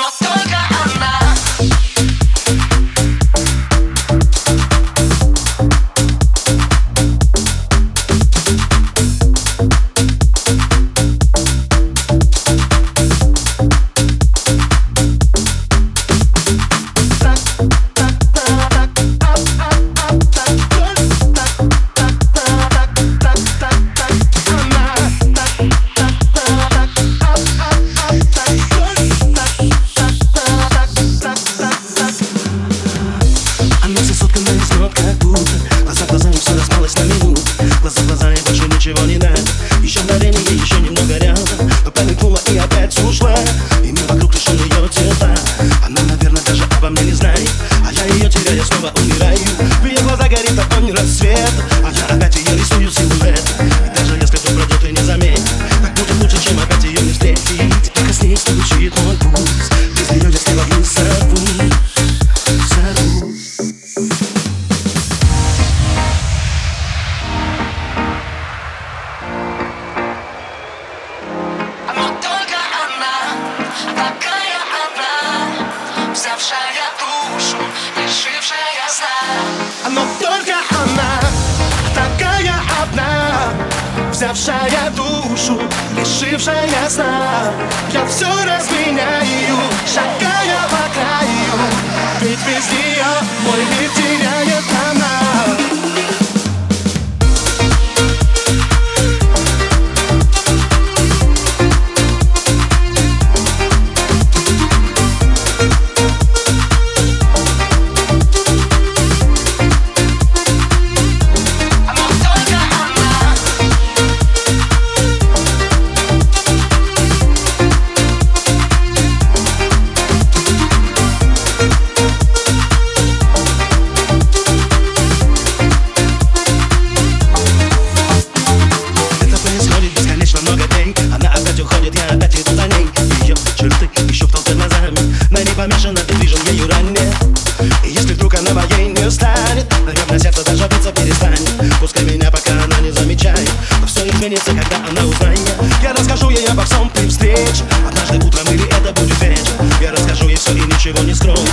только она. Глаза в глаза и больше ничего не надо. Еще мгновение, еще немного рядом, но промелькнула и опять ушла. И мир вокруг лишь ее тела. Она, наверное, даже обо мне не знает, а я ее теряю, снова умираю. В ее глаза горит огонь рассвет, а я опять ее рисую силуэт. И даже если вдруг пройдет и не заметит, так будет лучше, чем опять ее не встретить. Только с ней звучит мой пульс, без нее я снова не сорву. Взявшая душу, лишившая сна. Но только она, такая одна, взявшая душу, лишившая сна. Я все разменяю, шагая по краю, ведь без нее мой мир теряет она. Она опять уходит, я опять иду за ней. Ее черты еще в толпе глазами, на ней помешано, ты движен ею ранее. И если вдруг она моей не станет, наверное, сердце даже биться перестанет. Пускай меня пока она не замечает, но все изменится, когда она узнает. Я расскажу ей обо всем при встрече, однажды утром или это будет вечер. Я расскажу ей все и ничего не скрою.